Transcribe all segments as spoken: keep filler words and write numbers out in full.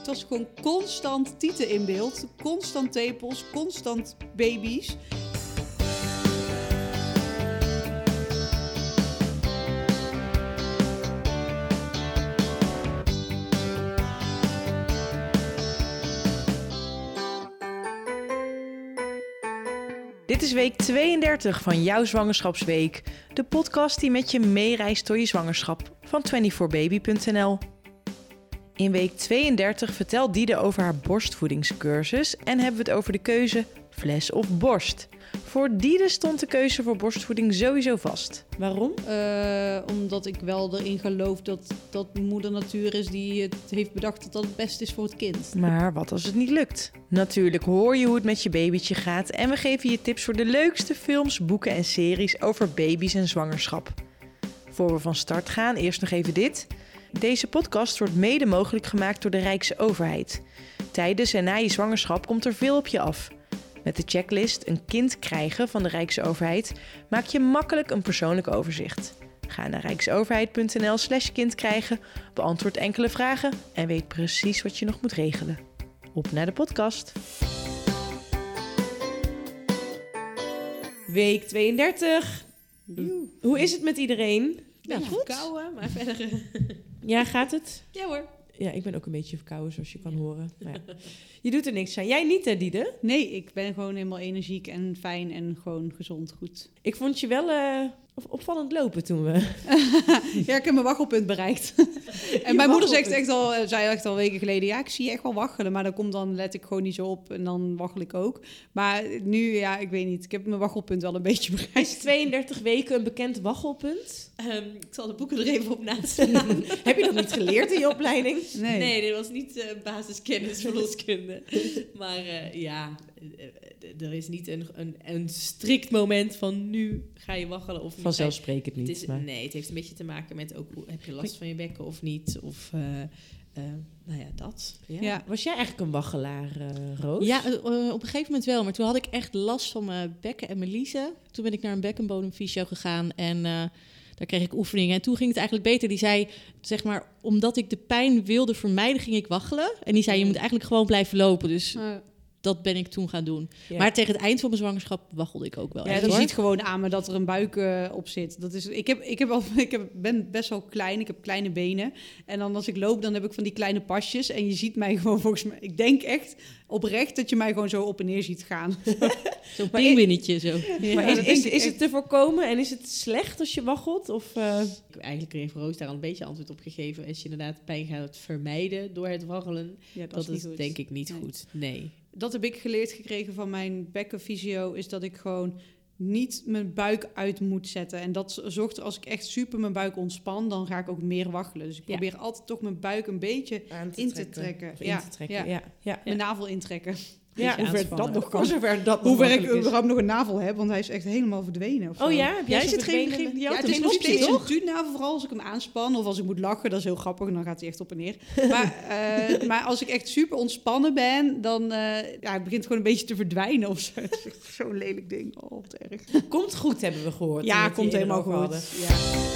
Het was gewoon constant tieten in beeld. Constant tepels, constant baby's. Dit is week tweeëndertig van jouw zwangerschapsweek. De podcast die met je meereist door je zwangerschap van vierentwintig baby punt n l. In week tweeëndertig vertelt Diede over haar borstvoedingscursus en hebben we het over de keuze fles of borst. Voor Diede stond de keuze voor borstvoeding sowieso vast. Waarom? Uh, omdat ik wel erin geloof dat dat moeder natuur is die het heeft bedacht dat dat het beste is voor het kind. Maar wat als het niet lukt? Natuurlijk hoor je hoe het met je babytje gaat en we geven je tips voor de leukste films, boeken en series over baby's en zwangerschap. Voor we van start gaan, eerst nog even dit. Deze podcast wordt mede mogelijk gemaakt door de Rijkse overheid. Tijdens en na je zwangerschap komt er veel op je af. Met de checklist Een kind krijgen van de Rijkse overheid maak je makkelijk een persoonlijk overzicht. Ga naar rijksoverheid punt n l slash kind krijgen, beantwoord enkele vragen en weet precies wat je nog moet regelen. Op naar de podcast. Week tweeëndertig. Hoe is het met iedereen? Ja, goed. Verkouden, maar verder. Ja, gaat het? Ja hoor. Ja, ik ben ook een beetje verkouden, zoals je kan horen. Maar ja. Je doet er niks aan. Jij niet, hè, Diede? Nee, ik ben gewoon helemaal energiek en fijn en gewoon gezond goed. Ik vond je wel uh, opvallend lopen toen we... Ja, ik heb mijn waggelpunt bereikt. En mijn moeder zegt echt al, zei echt al weken geleden... ja, ik zie je echt wel waggelen, maar dan komt dan let ik gewoon niet zo op... en dan waggel ik ook. Maar nu, ja, ik weet niet. Ik heb mijn waggelpunt wel een beetje bereikt. Is tweeëndertig weken een bekend waggelpunt? Um, ik zal de boeken er even op naslaan. Heb je dat niet geleerd in je opleiding? Nee, nee dit was niet uh, basiskennis verloskunde. Maar uh, ja, er is niet een, een, een strikt moment van nu ga je waggelen of niet. Vanzelfsprekend niet. Het is, maar... Nee, het heeft een beetje te maken met ook hoe, heb je last van je bekken of niet. Of uh, uh, nou ja, dat. Ja. Ja. Was jij eigenlijk een waggelaar, uh, Roos? Ja, uh, op een gegeven moment wel. Maar toen had ik echt last van mijn bekken en mijn liezen. Toen ben ik naar een bekkenbodemfysio gegaan en... Uh, Daar kreeg ik oefeningen. En toen ging het eigenlijk beter. Die zei, zeg maar, omdat ik de pijn wilde vermijden, ging ik waggelen. En die zei, je moet eigenlijk gewoon blijven lopen. Dus uh. dat ben ik toen gaan doen. Ja. Maar tegen het eind van mijn zwangerschap waggelde ik ook wel. Ja, echt, je hoor. ziet gewoon aan me dat er een buik uh, op zit. Dat is, ik heb, ik heb al, ik heb, ben best wel klein. Ik heb kleine benen. En dan als ik loop, dan heb ik van die kleine pasjes. En je ziet mij gewoon volgens mij... Ik denk echt oprecht dat je mij gewoon zo op en neer ziet gaan. Zo'n pinguïnnetje zo. Ja, maar is, is, is het te voorkomen en is het slecht als je waggelt? Of, uh... Eigenlijk heeft Roos daar al een beetje antwoord op gegeven. Als je inderdaad pijn gaat vermijden door het waggelen, ja, dat, dat is, is denk ik niet nee. goed. Nee. Dat heb ik geleerd gekregen van mijn bekkenfysio, is dat ik gewoon niet mijn buik uit moet zetten. En dat zorgt er, als ik echt super mijn buik ontspan, dan ga ik ook meer waggelen. Dus ik ja. probeer altijd toch mijn buik een beetje Aan te in trekken. te trekken. Of ja. in te trekken, ja. ja. ja. Mijn navel intrekken. Ja, hoe ver dat nog kan. Zover dat hoe ver ik überhaupt nog een navel heb, want hij is echt helemaal verdwenen. Of oh ja? Heb jij ja, zit geen, geen ja, het is nog steeds een tuutnavel, vooral als ik hem aanspan. Of als ik moet lachen, dat is heel grappig. En dan gaat hij echt op en neer. maar, uh, maar als ik echt super ontspannen ben, dan uh, ja, het begint gewoon een beetje te verdwijnen of zo. Het is echt zo'n lelijk ding. Oh, wat erg. Komt goed, hebben we gehoord. Ja, komt helemaal goed. Ja.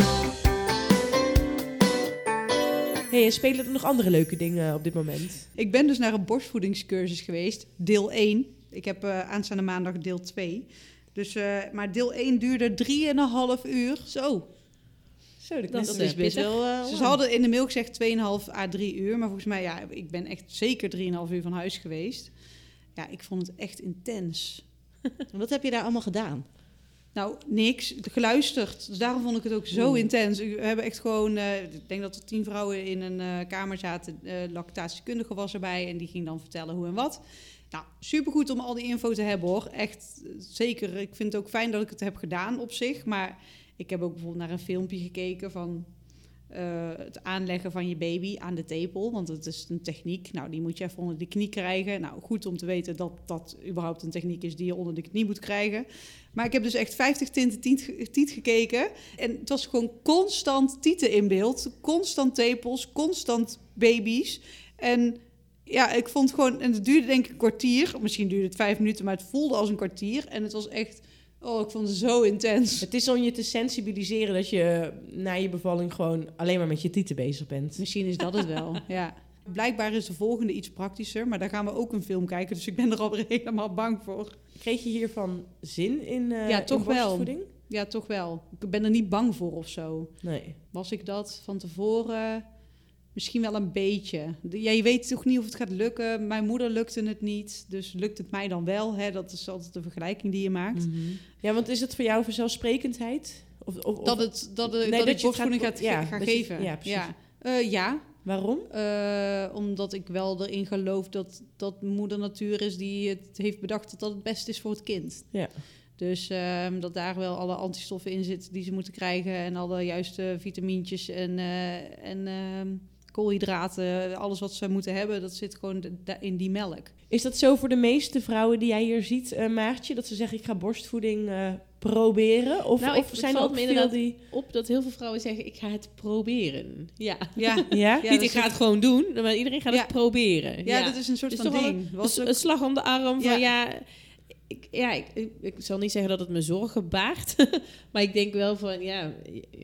Hey, spelen er nog andere leuke dingen op dit moment? Ik ben dus naar een borstvoedingscursus geweest, deel één. Ik heb uh, aanstaande maandag deel twee. Dus, uh, maar deel één duurde drieënhalf uur. Zo. Zo, dat, dat is best, best wel... Uh, Ze hadden in de mail gezegd tweeënhalf à drie uur. Maar volgens mij, ja, ik ben echt zeker drieënhalf uur van huis geweest. Ja, ik vond het echt intens. Wat heb je daar allemaal gedaan? Nou, niks. Geluisterd. Dus daarom vond ik het ook zo Oeh. intens. We hebben echt gewoon... Uh, ik denk dat er tien vrouwen in een uh, kamer zaten. Uh, lactatiekundige was erbij. En die ging dan vertellen hoe en wat. Nou, supergoed om al die info te hebben, hoor. Echt, zeker. Ik vind het ook fijn dat ik het heb gedaan op zich. Maar ik heb ook bijvoorbeeld naar een filmpje gekeken van... Uh, het aanleggen van je baby aan de tepel. Want het is een techniek. Nou, die moet je even onder de knie krijgen. Nou, goed om te weten dat dat überhaupt een techniek is die je onder de knie moet krijgen. Maar ik heb dus echt vijftig tinten tiet gekeken. En het was gewoon constant tieten in beeld. Constant tepels, constant baby's. En ja, ik vond gewoon... En het duurde denk ik een kwartier. Misschien duurde het vijf minuten, maar het voelde als een kwartier. En het was echt... Oh, ik vond het zo intens. Het is om je te sensibiliseren dat je na je bevalling gewoon alleen maar met je tieten bezig bent. Misschien is dat het wel, ja. Blijkbaar is de volgende iets praktischer, maar daar gaan we ook een film kijken. Dus ik ben er al helemaal bang voor. Kreeg je hiervan zin in, uh, Ja, toch in wel. borstvoeding? Ja, toch wel. Ik ben er niet bang voor of zo. Nee. Was ik dat van tevoren? Misschien wel een beetje. De- Ja, je weet toch niet of het gaat lukken. Mijn moeder lukte het niet, dus lukt het mij dan wel? Hè? Dat is altijd de vergelijking die je maakt. Mm-hmm. Ja, want is het voor jou vanzelfsprekendheid? Of, of, of- Dat, het, dat, het, Nee, dat, dat ik je het borstvoeding gaat- ga, ja, ga dat je- geven. ja, precies. Ja, Eh, ja. Waarom? Eh, omdat ik wel erin geloof dat, dat moeder natuur is die het heeft bedacht dat dat het beste is voor het kind. Ja. Dus ehm, dat daar wel alle antistoffen in zitten die ze moeten krijgen en alle juiste vitamintjes en, eh, en ehm, koolhydraten, alles wat ze moeten hebben, dat zit gewoon de- da- in die melk. Is dat zo voor de meeste vrouwen die jij hier ziet, uh, Maartje? Dat ze zeggen, ik ga borstvoeding uh, proberen? Of, Nou, of ik- het zijn er valt ook me veel inderdaad die... op dat heel veel vrouwen zeggen, ik ga het proberen. Ja. Ja, Ja? Ja, Niet, dat ik is ga ook- het gewoon doen, maar iedereen gaat Ja. het proberen. ja, dat is een soort Dus van toch wel ding. een, Was een, ook- een slag om de arm van, Ja. ja... Ik, ja, ik, ik, ik zal niet zeggen dat het me zorgen baart. Maar ik denk wel van, ja,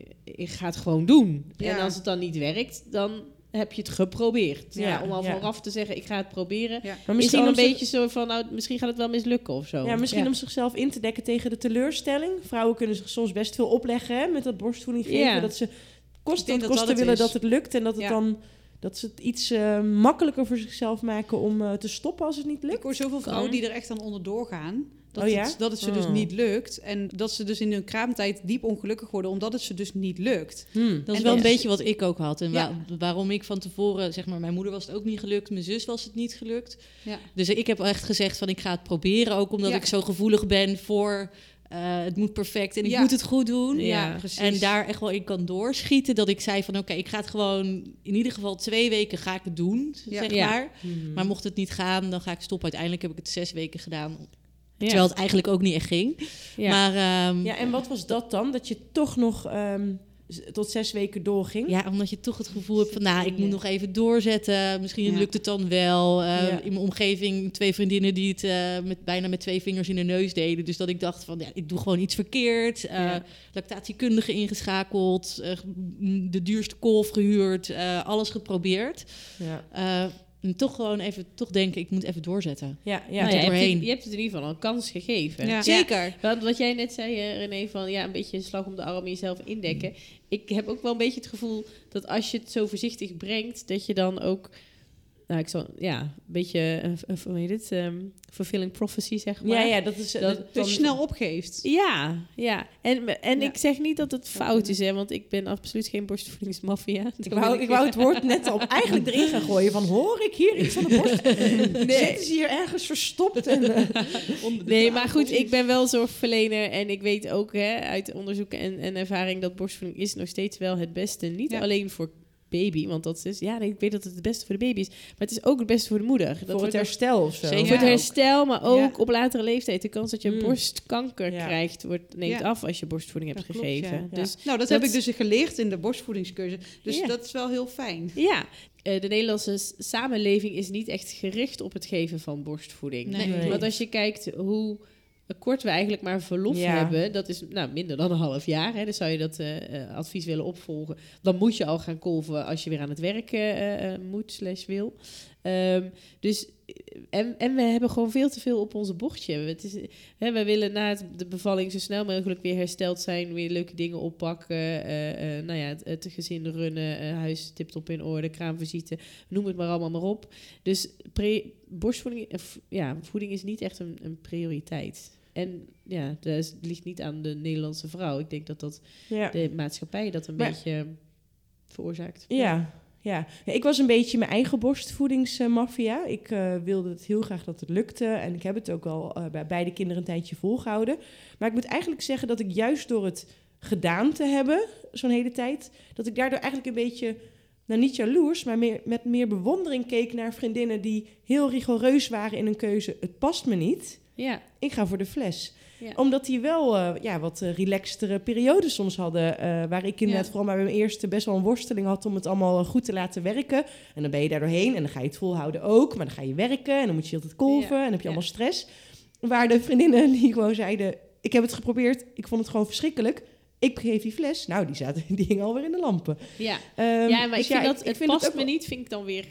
ik ga het gewoon doen. Ja. En als het dan niet werkt, dan heb je het geprobeerd. Ja, Ja, om al ja. vooraf te zeggen, ik ga het proberen. ja. Maar Is dan om een zich- beetje zo van, nou, misschien gaat het wel mislukken of zo. Ja, misschien om zichzelf in te dekken tegen de teleurstelling. Vrouwen kunnen zich soms best veel opleggen hè, met dat borstvoeding geven. Ja. Dat ze Ik kost denk dat dat kosten dat het willen is. dat het lukt. En dat, het Ja. dan, dat ze het iets uh, makkelijker voor zichzelf maken om uh, te stoppen als het niet Ik lukt. hoor zoveel vrouwen Kan. die er echt aan onderdoor gaan. Dat, Oh ja? het, dat het ze dus Oh. niet lukt. En dat ze dus in hun kraamtijd diep ongelukkig worden, omdat het ze dus niet lukt. Hmm. Dat is En wel dat een is- beetje wat ik ook had. En Ja. wa- waarom ik van tevoren, zeg maar, mijn moeder was het ook niet gelukt, mijn zus was het niet gelukt. Ja. Dus ik heb echt gezegd van ik ga het proberen, ook omdat Ja. ik zo gevoelig ben voor eh, het moet perfect en ik Ja. moet het goed doen. Ja, precies. En daar echt wel in kan doorschieten. Dat ik zei van oké, ik ga het gewoon in ieder geval twee weken ga ik het doen, Ja. zeg Ja. maar. Hmm. Maar mocht het niet gaan, dan ga ik stoppen. Uiteindelijk heb ik het zes weken gedaan. Ja. Terwijl het eigenlijk ook niet echt ging. Ja. Maar ehm, Ja, en wat was dat dan? Dat je toch nog ehm, z- tot zes weken doorging? ja, omdat je toch het gevoel hebt van, nou, ik moet nog even doorzetten. Misschien Ja. lukt het dan wel. Uh, Ja. In mijn omgeving twee vriendinnen die het uh, met, bijna met twee vingers in de neus deden. Dus dat ik dacht van, ja, ik doe gewoon iets verkeerd. Uh, Ja. Lactatiekundige ingeschakeld. Uh, de duurste kolf gehuurd. Uh, alles geprobeerd. Ja, Uh, en toch gewoon even toch denken, ik moet even doorzetten. ja, ja. Nou ja, je, hebt doorheen. het, je hebt het in ieder geval een kans gegeven. Ja. Zeker. Want wat jij net zei, eh, René, van ja, een beetje een slag om de arm jezelf indekken. Ik heb ook wel een beetje het gevoel dat als je het zo voorzichtig brengt, dat je dan ook, nou, ik zal, ja, een beetje, uh, uh, hoe heet het, um, fulfilling prophecy, zeg maar. Ja, ja, dat is... Dat- dat, Dat dan- je snel opgeeft. Ja, ja. En, en Ja. ik zeg niet dat het fout is, hè, want ik ben absoluut geen borstvoedingsmafia. Ik wou, ik wou het woord net al eigenlijk erin gaan gooien van... hoor ik hier iets van de borst? Zitten ze hier ergens verstopt? En, uh, onder de Nee, maar tafel? goed, ik ben wel zorgverlener en ik weet ook hè, uit onderzoeken en, en ervaring dat borstvoeding is nog steeds wel het beste. Niet Ja. alleen voor baby, want dat is, ja, nee, ik weet dat het het beste voor de baby is, maar het is ook het beste voor de moeder. Dat voor wordt het ook- herstel of zo. Zeker. voor het Ja, herstel, maar ook Ja. op latere leeftijd. De kans dat je Mm. borstkanker Ja. krijgt, wordt, neemt Ja. af als je borstvoeding hebt Dat klopt, gegeven. ja. Ja. Dus Nou, dat, Dat- heb ik dus geleerd in de borstvoedingscursus. Dus Ja. dat is wel heel fijn. ja, eh, de Nederlandse s- samenleving is niet echt gericht op het geven van borstvoeding. Nee. Nee. Want als je kijkt hoe kort we eigenlijk maar verlof Ja. hebben, dat is nou, minder dan een half jaar. Hè, dus zou je dat eh, eh, advies willen opvolgen, dan moet je al gaan kolven als je weer aan het werken eh, eh, moet slash wil. Ehm, dus en, en we hebben gewoon veel te veel op onze bordje. Het is, hè, we willen na het, de bevalling zo snel mogelijk weer hersteld zijn, weer leuke dingen oppakken, eh, eh, nou ja, het, het gezin runnen, eh, huis tiptop in orde, kraamvisite, noem het maar allemaal maar op. Dus pre, borstvoeding, eh, v- ja, voeding is niet echt een, een prioriteit. En ja, dat is- ligt niet aan de Nederlandse vrouw. Ik denk dat dat Ja. de maatschappij dat een Maar- beetje veroorzaakt. Ja, ja. Ja, ik was een beetje mijn eigen borstvoedingsmafia. Ik uh, wilde het heel graag dat het lukte. En ik heb het ook al uh, bij beide kinderen een tijdje volgehouden. Maar ik moet eigenlijk zeggen dat ik juist door het gedaan te hebben, zo'n hele tijd, dat ik daardoor eigenlijk een beetje, nou niet jaloers, maar meer, met meer bewondering keek naar vriendinnen die heel rigoureus waren in hun keuze. Het past me niet. Ja, Ik ga voor de fles. ja. Omdat die wel uh, ja, wat uh, relaxtere periodes soms hadden. Uh, waar ik inderdaad Ja. vooral bij mijn eerste best wel een worsteling had om het allemaal goed te laten werken. En dan ben je daar doorheen en dan ga je het volhouden ook. Maar dan ga je werken en dan moet je altijd kolven Ja. en dan heb je Ja. allemaal stress. Waar de vriendinnen die gewoon zeiden, ik heb het geprobeerd, ik vond het gewoon verschrikkelijk. Ik geef die fles. Nou, die, zaten, die hingen alweer in de lampen. ja. Um, ja, maar dus ik vind ja, dat, het vind past ook me wel- niet, vind ik dan weer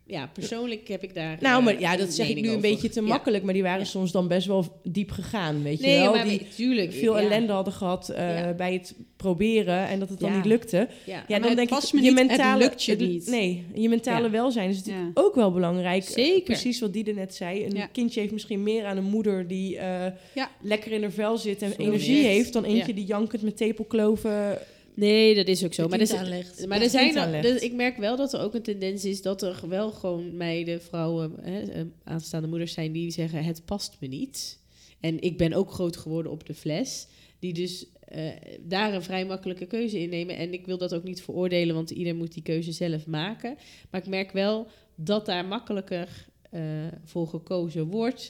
ja, persoonlijk heb ik daar... Nou, maar uh, ja, dat zeg ik nu een over. beetje te Ja. makkelijk. Maar die waren Ja. soms dan best wel diep gegaan, weet je Nee, wel. maar die tuurlijk. veel ja. ellende hadden gehad uh, Ja. bij het proberen en dat het dan Ja. niet lukte. Ja. Ja, maar dan het denk past ik, me je niet, het mentale, lukt je niet. Nee, je mentale Ja. welzijn is natuurlijk Ja. ook wel belangrijk. Zeker. Precies wat Diede net zei. Een Ja. kindje heeft misschien meer aan een moeder die uh, Ja. lekker in haar vel zit en Zo energie echt. heeft, dan eentje Ja. die jankend met tepelkloven. Nee, dat is ook zo. De Maar, er, kind zi- aanlegt. maar Ja, er zijn kind al- aanlegt. dus ik merk wel dat er ook een tendens is dat er wel gewoon meiden, vrouwen, hè, eh, aanstaande moeders zijn die zeggen: het past me niet. En ik ben ook groot geworden op de fles. Die dus uh, daar een vrij makkelijke keuze in nemen. En ik wil dat ook niet veroordelen, want ieder moet die keuze zelf maken. Maar ik merk wel dat daar makkelijker uh, voor gekozen wordt.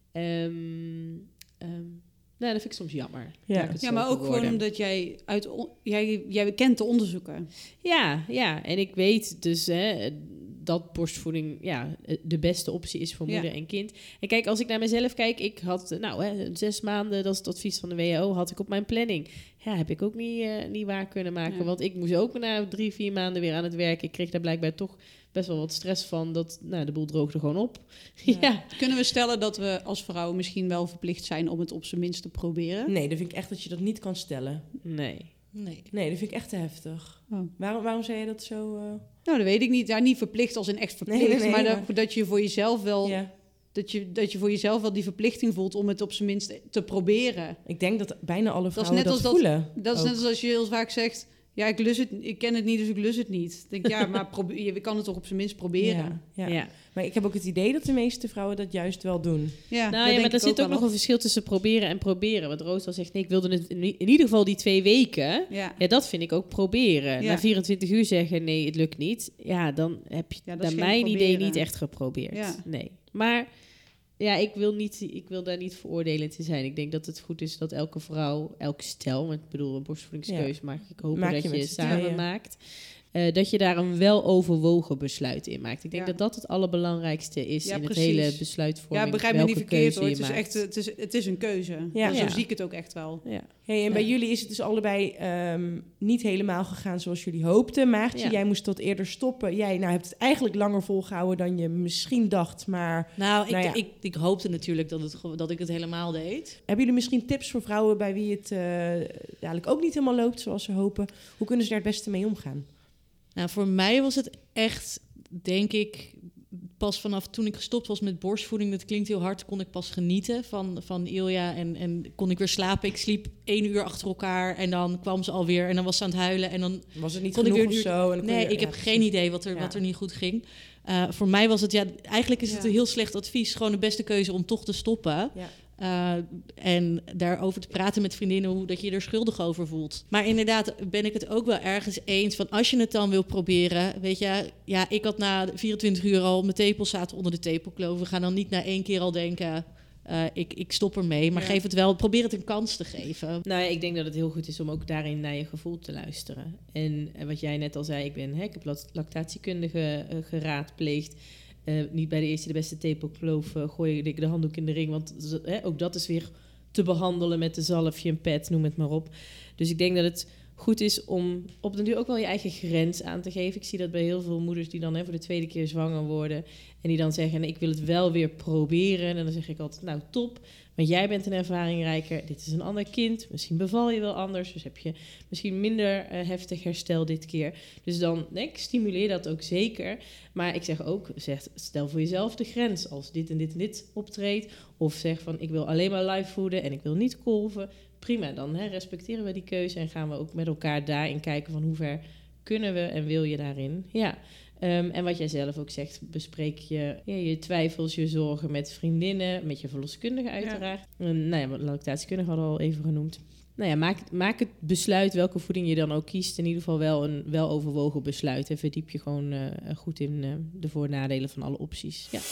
Um, um, Nou, dat vind ik soms jammer. Ja. Laat ik het Ja, zo maar ook gewoon verwoorden. omdat jij uit on- jij, jij kent de onderzoeken. Ja, ja, en ik weet dus hè, dat borstvoeding ja, de beste optie is voor Ja. moeder en kind. En kijk, als ik naar mezelf kijk, ik had nou hè, zes maanden, dat is het advies van de W H O, had ik op mijn planning. Ja, heb ik ook niet, uh, niet waar kunnen maken. Ja. Want ik moest ook na drie, vier maanden weer aan het werk. Ik kreeg daar blijkbaar toch best wel wat stress van. Dat, nou, de boel droogde gewoon op. Ja. ja. Kunnen we stellen dat we als vrouwen misschien wel verplicht zijn om het op zijn minst te proberen? Nee, dan vind ik echt dat je dat niet kan stellen. Nee. Nee. Nee, dat vind ik echt te heftig. Oh. Waarom, waarom zei je dat zo? Uh... Nou, dat weet ik niet. Ja, niet verplicht als in echt verplicht, Nee, nee, nee, maar, maar- Dat, dat je voor jezelf wel Ja. dat je dat je voor jezelf wel die verplichting voelt om het op zijn minst te proberen. Ik denk dat bijna alle Dat is vrouwen net dat, als dat- voelen. Dat is ook. net als als je heel vaak zegt: ja, ik lust het, ik ken het niet, dus ik lust het niet. Ik denk ja, maar probeer, je kan het toch op zijn minst proberen. Ja, ja. Ja. Maar ik heb ook het idee dat de meeste vrouwen dat juist wel doen. Ja, dat Nou ja, denk maar er ik zit ook wel nog op. een verschil tussen proberen en proberen. Wat Roos al zegt, nee, ik wilde het in, in ieder geval die twee weken. Ja. Ja, dat vind ik ook proberen. Ja. Na vierentwintig uur zeggen, nee, het lukt niet. Ja, dan heb je Ja, dat naar is geen mijn idee proberen. niet echt geprobeerd. Ja. Nee. Maar ja, ik wil, niet, ik wil daar niet veroordelend in zijn. Ik denk dat het goed is dat elke vrouw, elk stel, want ik bedoel, een borstvoedingskeuze maak ik hopen Maak dat je je, met z'n samen tweeën. maakt. Uh, dat je daar een weloverwogen besluit in maakt. Ik denk Ja. dat dat het allerbelangrijkste is Ja, in precies. het hele besluitvorming. Ja, begrijp me niet welke verkeerd keuze hoor. je Het is, maakt. echt, het, is, het is een keuze. Ja. Zo Ja. zie ik het ook echt wel. Ja. Hey, en bij Ja. jullie is het dus allebei ehm, niet helemaal gegaan zoals jullie hoopten. Maartje, Ja. jij moest tot eerder stoppen. Jij nou, hebt het eigenlijk langer volgehouden dan je misschien dacht. Maar Nou, ik, Nou ja. ik, ik hoopte natuurlijk dat, het, ge- dat ik het helemaal deed. hebben jullie misschien tips voor vrouwen bij wie het uh, dadelijk ook niet helemaal loopt zoals ze hopen? Hoe kunnen ze daar het beste mee omgaan? Nou, voor mij was het echt, denk ik, pas vanaf toen ik gestopt was met borstvoeding, dat klinkt heel hard, kon ik pas genieten van, van Ilja en, en kon ik weer slapen. Ik sliep één uur achter elkaar en dan kwam ze alweer en dan was ze aan het huilen en dan Was het niet kon ik genoeg weer of een uur- zo? En dan kon Nee, je- ik ja, heb precies. geen idee wat er, Ja. wat er niet goed ging. Uh, voor mij was het, ja, eigenlijk is het Ja. een heel slecht advies. Gewoon de beste keuze om toch te stoppen. Ja. Uh, en daarover te praten met vriendinnen, hoe dat je je er schuldig over voelt. Maar inderdaad ben ik het ook wel ergens eens van als je het dan wil proberen, weet je, ja, ik had na vierentwintig uur al mijn tepels zaten onder de tepelkloof. We gaan dan niet na één keer al denken, uh, ik, ik stop ermee. Maar Ja. geef het wel, probeer het een kans te geven. Nou ja, ik denk dat het heel goed is om ook daarin naar je gevoel te luisteren. En, en wat jij net al zei, ik, ben, hè, ik heb lact- lactatiekundige uh, geraadpleegd. Uh, niet bij de eerste de beste tepelkloof uh, gooi ik de handdoek in de ring. Want z- hè, ook dat is weer te behandelen met de zalfje, een pet, noem het maar op. Dus ik denk dat het goed is om op den duur ook wel je eigen grens aan te geven. Ik zie dat bij heel veel moeders die dan hè, voor de tweede keer zwanger worden. En die dan zeggen, nee, ik wil het wel weer proberen. En dan zeg ik altijd, nou top, want jij bent een ervaringrijker. Dit is een ander kind. Misschien beval je wel anders. Dus heb je misschien minder uh, heftig herstel dit keer. Dus dan, nee, ik stimuleer dat ook zeker. Maar ik zeg ook, zeg, stel voor jezelf de grens. Als dit en dit en dit optreedt. Of zeg van, ik wil alleen maar live voeden en ik wil niet kolven. Prima, dan hè, respecteren we die keuze. En gaan we ook met elkaar daarin kijken van hoe ver kunnen we en wil je daarin. Ja. Um, en wat jij zelf ook zegt, bespreek je ja, je twijfels, je zorgen met vriendinnen, met je verloskundige uiteraard. Ja. En, nou ja, lactatiekundige hadden we al even genoemd. Nou ja, maak, maak het besluit welke voeding je dan ook kiest. In ieder geval wel een weloverwogen besluit. En verdiep je gewoon uh, goed in uh, de voor- en nadelen van alle opties. Ja.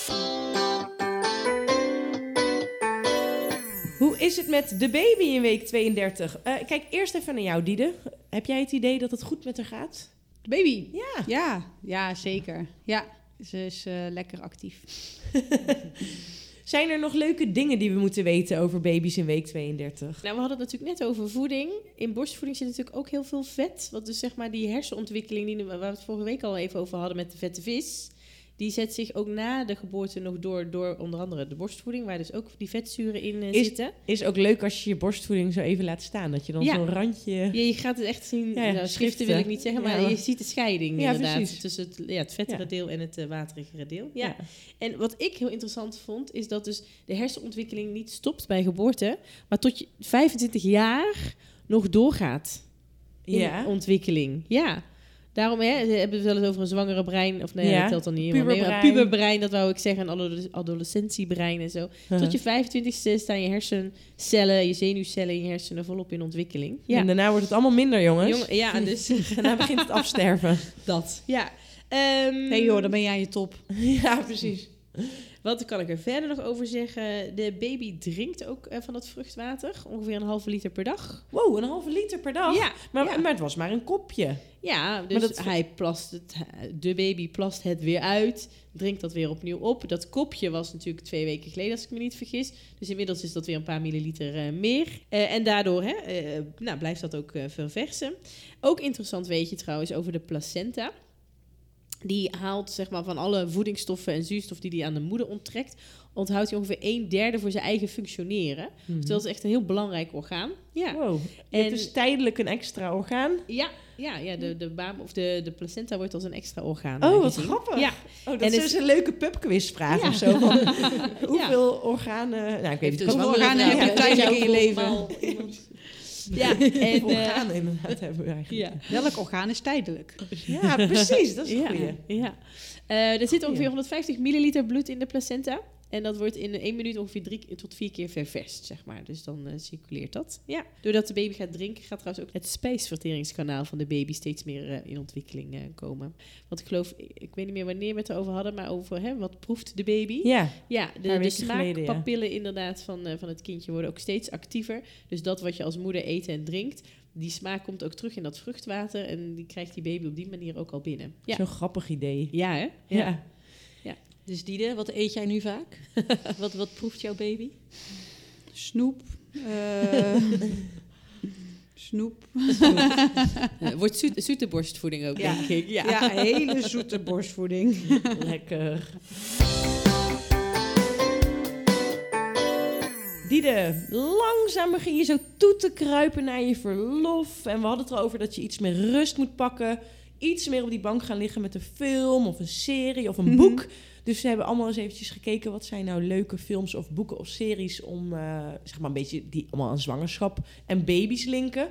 Hoe is het met de baby in week tweeëndertig? Uh, kijk, eerst even naar jou, Diede. Heb jij het idee dat het goed met haar gaat? De baby? Ja. Ja, ja zeker. Ja, ze is uh, lekker actief. Zijn er nog leuke dingen die we moeten weten over baby's in week tweeëndertig? Nou, we hadden het natuurlijk net over voeding. In borstvoeding zit natuurlijk ook heel veel veel vet. Wat dus zeg maar die hersenontwikkeling, die, waar we het vorige week al even over hadden met de vette vis. die zet zich ook na de geboorte nog door, door onder andere de borstvoeding, waar dus ook die vetzuren in uh, Is- zitten. Is ook leuk als je je borstvoeding zo even laat staan. Dat je dan Ja. zo'n randje... Ja, je gaat het echt zien, Ja, nou, schriften schriften. wil ik niet zeggen, maar Ja. je ziet de scheiding Ja, inderdaad precies. tussen het, ja, het vettere Ja. deel en het uh, waterigere deel. Ja. Ja. En wat ik heel interessant vond, is dat dus de hersenontwikkeling niet stopt bij geboorte, maar tot je vijfentwintig jaar nog doorgaat in Ja. ontwikkeling. Ja. Daarom hè, hebben we het wel eens over een zwangere brein. Of nee, Ja. dat telt dan niet helemaal mee. Puberbrein. Een puberbrein, dat wou ik zeggen. Een adole- adolescentiebrein en zo. Tot je vijfentwintigste staan je hersencellen, je zenuwcellen in je hersenen volop in ontwikkeling. Ja, En daarna wordt het allemaal minder, jongens. Jongen, ja dus Daarna begint het afsterven. dat. Ja. Ehm, Nee joh, dan ben jij je top. Ja, precies. Wat kan ik er verder nog over zeggen? De baby drinkt ook uh, van het vruchtwater. Ongeveer een halve liter per dag. Wow, een halve liter per dag? Ja, Maar, ja. maar het was maar een kopje. Ja, dus Maar dat- hij plast het, de baby plast het weer uit, drinkt dat weer opnieuw op. Dat kopje was natuurlijk twee weken geleden, als ik me niet vergis. Dus inmiddels is dat weer een paar milliliter uh, meer. Uh, en daardoor hè, uh, nou, blijft dat ook uh, verversen. Ook interessant weet je trouwens over de placenta. Die haalt zeg maar, van alle voedingsstoffen en zuurstof die hij aan de moeder onttrekt, onthoudt hij ongeveer een derde voor zijn eigen functioneren. Mhm. Terwijl het echt een heel belangrijk orgaan. Ja. Wow. Je En- hebt dus tijdelijk een extra orgaan. Ja, ja, ja de, de, baam, of de, de placenta wordt als een extra orgaan. Oh, uh, wat gezien. grappig. Ja, Oh, dat En is het- dus een leuke pubquizvraag Ja. of zo. Van, hoeveel organen... Nou, ik weet niet. Hoeveel hoeveel organen heb je ja, tijdelijk in je leven? ja, en, Hoeveel uh, organen inderdaad hebben we eigenlijk. ja. Welk orgaan is tijdelijk? Ja, precies. Dat is een Ja, goeie. ja. Uh, er zit Goeie. ongeveer honderdvijftig milliliter bloed in de placenta. En dat wordt in één minuut ongeveer drie tot vier keer ververst, zeg maar. Dus dan uh, circuleert dat. Ja. Doordat de baby gaat drinken, gaat trouwens ook het spijsverteringskanaal van de baby steeds meer uh, in ontwikkeling uh, komen. Want ik geloof, ik, ik weet niet meer wanneer we het erover hadden, maar over hè, wat proeft de baby? Ja, Ja, de, paar de weken geleden, ja. smaakpapillen inderdaad van, uh, van het kindje worden ook steeds actiever. Dus dat wat je als moeder eet en drinkt, die smaak komt ook terug in dat vruchtwater. En die krijgt die baby op die manier ook al binnen. Ja, zo'n grappig idee. ja hè? Ja. Dus Diede, wat eet jij nu vaak? wat, wat proeft jouw baby? Snoep. eh, snoep. Uh, wordt zoet, zoete borstvoeding ook, Ja. denk ik. Ja. Ja, hele zoete borstvoeding. Lekker. Diede, langzaam begin je zo toe te kruipen naar je verlof. En we hadden het erover dat je iets meer rust moet pakken. Iets meer op die bank gaan liggen met een film of een serie of een Mhm. boek. Dus we hebben allemaal eens eventjes gekeken... wat zijn nou leuke films of boeken of series... om uh, zeg maar een beetje die allemaal aan zwangerschap en baby's linken.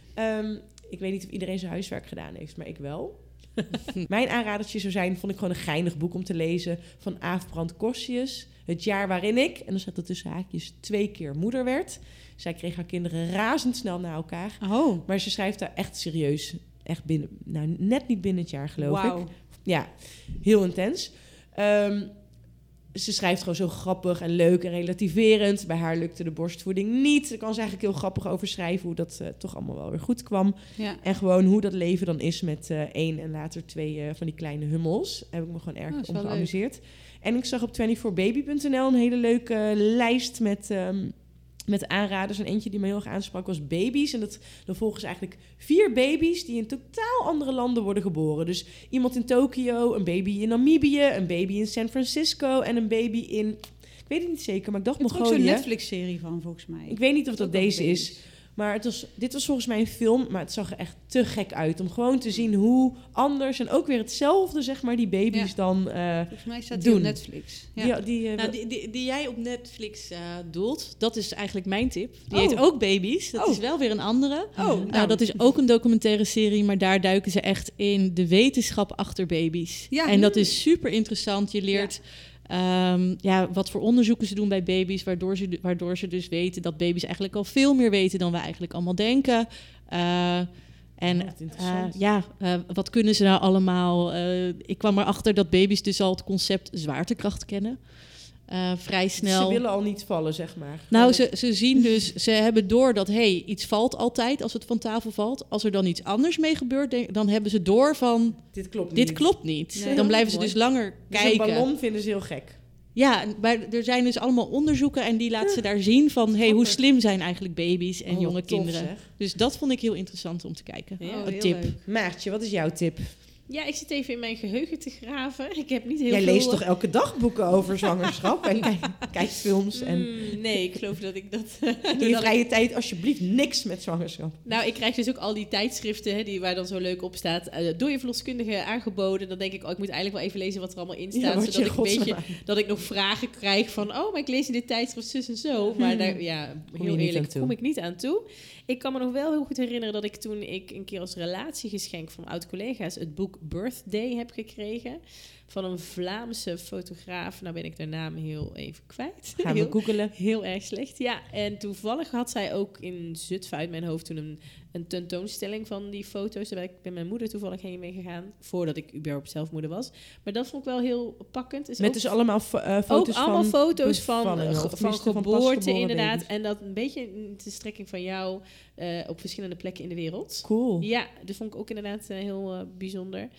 Um, ik weet niet of iedereen zijn huiswerk gedaan heeft, maar ik wel. Mijn aanradertje zou zijn, vond ik gewoon een geinig boek om te lezen... van Aaf Brand Korsius. Het jaar waarin ik, en dan staat er tussen haakjes... twee keer moeder werd. Zij kreeg haar kinderen razendsnel na elkaar. Oh, Maar ze schrijft daar echt serieus... echt binnen, nou net niet binnen het jaar geloof ik. wauw. Ja, heel intens. Um, ze schrijft gewoon zo grappig en leuk en relativerend. Bij haar lukte de borstvoeding niet. Daar kan ze eigenlijk heel grappig over schrijven... hoe dat uh, toch allemaal wel weer goed kwam. Ja. En gewoon hoe dat leven dan is met uh, één en later twee uh, van die kleine hummels. Daar heb ik me gewoon erg Oh, is om wel geamuseerd. En ik zag op twenty-four baby punt n l een hele leuke uh, lijst met... Um, met aanraders. En eentje die me heel erg aansprak was baby's. En dat, dan volgen ze eigenlijk vier baby's... die in totaal andere landen worden geboren. Dus iemand in Tokio, een baby in Namibië... een baby in San Francisco en een baby in... ik weet het niet zeker, maar ik dacht Er is ook Mongolië. zo'n Netflix-serie van, volgens mij. Ik weet niet of dat Ook over deze baby's. is... Maar het was, dit was volgens mij een film, maar het zag er echt te gek uit. Om gewoon te zien hoe anders en ook weer hetzelfde, zeg maar, die baby's Ja. dan... Uh, Volgens mij staat die op doen. Netflix. Ja. die, die, uh, Nou, die, die, die jij op Netflix uh, doelt, dat is eigenlijk mijn tip. Die Oh. heet ook Baby's. Dat Oh. is wel weer een andere. Oh, Nou, nou, dat is ook een documentaire serie, maar daar duiken ze echt in de wetenschap achter baby's. Ja. En dat is super interessant. Je leert ja. Um, ja, wat voor onderzoeken ze doen bij baby's, waardoor ze, waardoor ze dus weten dat baby's eigenlijk al veel meer weten dan we eigenlijk allemaal denken. Uh, en Wat interessant. uh, ja, uh, wat kunnen ze nou allemaal? Uh, ik kwam erachter dat baby's dus al het concept zwaartekracht kennen. Uh, vrij snel. Ze willen al niet vallen, zeg maar. Nou, ze, ze zien dus, ze hebben door dat, hey, iets valt altijd als het van tafel valt. Als er dan iets anders mee gebeurt, denk, dan hebben ze door van, Dit klopt dit niet. klopt niet. Nee, dan blijven ze mooi. dus langer Dus kijken. een ballon vinden ze heel gek. Ja, maar er zijn dus allemaal onderzoeken en die laten ze daar zien van, hey, hoe slim zijn eigenlijk baby's en Oh, jonge tof, kinderen. zeg. Dus dat vond ik heel interessant om te kijken. Ja, Oh, een heel tip. leuk. Maartje, wat is jouw tip? Ja, ik zit even in mijn geheugen te graven. Ik heb niet heel Jij veel... leest toch elke dag boeken over zwangerschap en kijk, kijkt films en Mm, nee, ik geloof dat ik dat... in je vrije tijd alsjeblieft niks met zwangerschap. Nou, ik krijg dus ook al die tijdschriften hè, die, waar dan zo leuk op staat, uh, door je verloskundige aangeboden. Dan denk ik, oh, ik moet eigenlijk wel even lezen wat er allemaal in staat. Ja, wat zodat je ik een beetje, godsnaam. dat ik nog vragen krijg van, oh, maar ik lees in dit tijdschrift zus en zo. Maar daar, ja, je heel niet eerlijk, aan toe. kom ik niet aan toe. Ik kan me nog wel heel goed herinneren dat ik toen ik een keer als relatiegeschenk van oud-collega's het boek Birthday heb gekregen. Van een Vlaamse fotograaf. Nou ben ik de naam heel even kwijt. Gaan we heel, googelen. heel erg slecht, ja. En toevallig had zij ook in Zutphen uit mijn hoofd toen een, een tentoonstelling van die foto's. Daar ben ik met mijn moeder toevallig heen mee gegaan. Voordat ik überhaupt zelf moeder was. Maar dat vond ik wel heel pakkend. Is Met ook, dus allemaal fo- uh, ook foto's allemaal van foto's van, bevallingen, ge- of van tenminste van geboorte pasgeboren inderdaad. baby's. En dat een beetje in de strekking van jou uh, op verschillende plekken in de wereld. Cool. Ja, dat vond ik ook inderdaad uh, heel uh, bijzonder.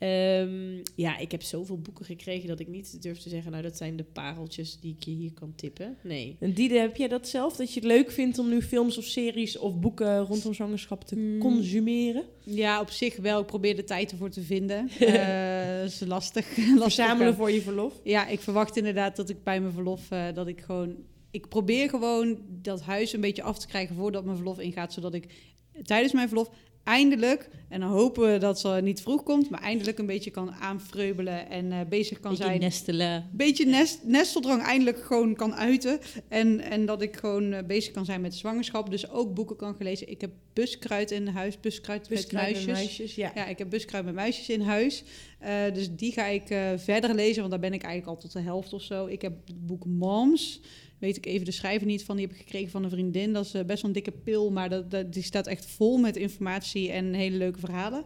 Um, ja, ik heb zoveel boeken gekregen dat ik niet durf te zeggen, nou dat zijn de pareltjes die ik je hier kan tippen. Nee. En Diede, heb jij dat zelf? Dat je het leuk vindt om nu films of series of boeken rondom zwangerschap te Hmm. consumeren? Ja, op zich wel. Ik probeer de tijd ervoor te vinden. Uh, dat is lastig. lastig Verzamelen voor je verlof? Ja, ik verwacht inderdaad dat ik bij mijn verlof, uh, dat ik gewoon... Ik probeer gewoon dat huis een beetje af te krijgen voordat mijn verlof ingaat, zodat ik tijdens mijn verlof eindelijk, en dan hopen we dat ze niet vroeg komt, maar eindelijk een beetje kan aanvreubelen en uh, bezig kan Beetje zijn. nestelen. Beetje nest, nesteldrang eindelijk gewoon kan uiten. En, en dat ik gewoon uh, bezig kan zijn met de zwangerschap. Dus ook boeken kan gelezen. Ik heb buskruid in huis. Buskruid, Buskruid met met muisjes. muisjes, ja. Ja, ik heb buskruid met muisjes in huis. Uh, dus die ga ik uh, verder lezen, want daar ben ik eigenlijk al tot de helft of zo. Ik heb het boek Moms. Weet ik even de schrijver niet van. Die heb ik gekregen van een vriendin. Dat is uh, best wel een dikke pil, maar dat, dat, die staat echt vol met informatie en hele leuke verhalen.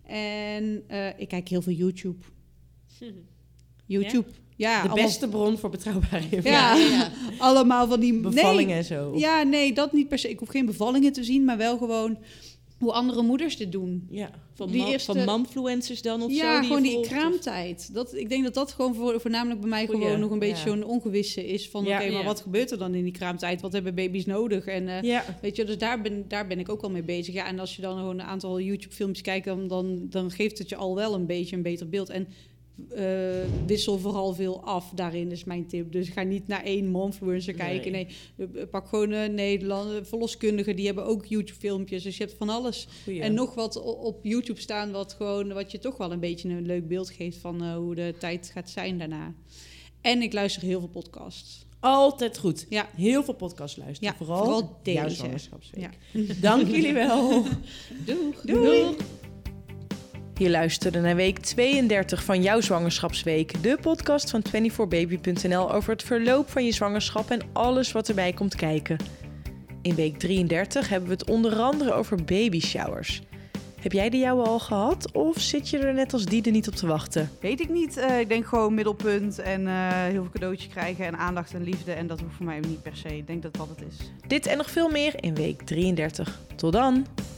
En uh, ik kijk heel veel YouTube. YouTube. Ja, De allemaal, beste bron voor betrouwbare informatie. Ja, Ja, ja. allemaal van die... Bevallingen nee, en zo. Of- Ja, nee, dat niet per se. Ik hoef geen bevallingen te zien, maar wel gewoon hoe andere moeders dit doen. Ja. Van, Die ma- eerste- van momfluencers dan of zo? Ja, die je gewoon die volgt, of- kraamtijd. Dat, ik denk dat dat gewoon voor, voornamelijk bij mij Goeie, gewoon nog een beetje ja. zo'n ongewisse is. Van Ja. oké, maar Ja. wat gebeurt er dan in die kraamtijd? Wat hebben baby's nodig? En uh, Ja. weet je, dus daar ben, daar ben ik ook al mee bezig. Ja, en als je dan gewoon een aantal YouTube-filmpjes kijkt, dan, dan, dan geeft het je al wel een beetje een beter beeld. En uh, wissel vooral veel af daarin, is mijn tip. Dus ga niet naar één momfluencer kijken. Nee, uh, pak gewoon een Nederland, verloskundigen, die hebben ook YouTube-filmpjes. Dus je hebt van alles. Goeie. En nog wat o- op YouTube staan, wat, gewoon, wat je toch wel een beetje een leuk beeld geeft van uh, hoe de tijd gaat zijn daarna. En ik luister heel veel podcasts. Altijd goed. Ja. Heel veel podcasts luisteren. Ja, vooral, vooral deze. jouw zwangerschapsweek. Ja. Dank jullie wel. Doeg. Doei. Je luisterde naar week tweeëndertig van jouw zwangerschapsweek. De podcast van vierentwintig baby punt n l over het verloop van je zwangerschap en alles wat erbij komt kijken. In week drieëndertig hebben we het onder andere over baby showers. Heb jij de jouwe al gehad of zit je er net als Diede niet op te wachten? Weet ik niet. Uh, ik denk gewoon middelpunt en uh, heel veel cadeautjes krijgen en aandacht en liefde. En dat hoeft voor mij niet per se. Ik denk dat dat het is. Dit en nog veel meer in week drieëndertig. Tot dan!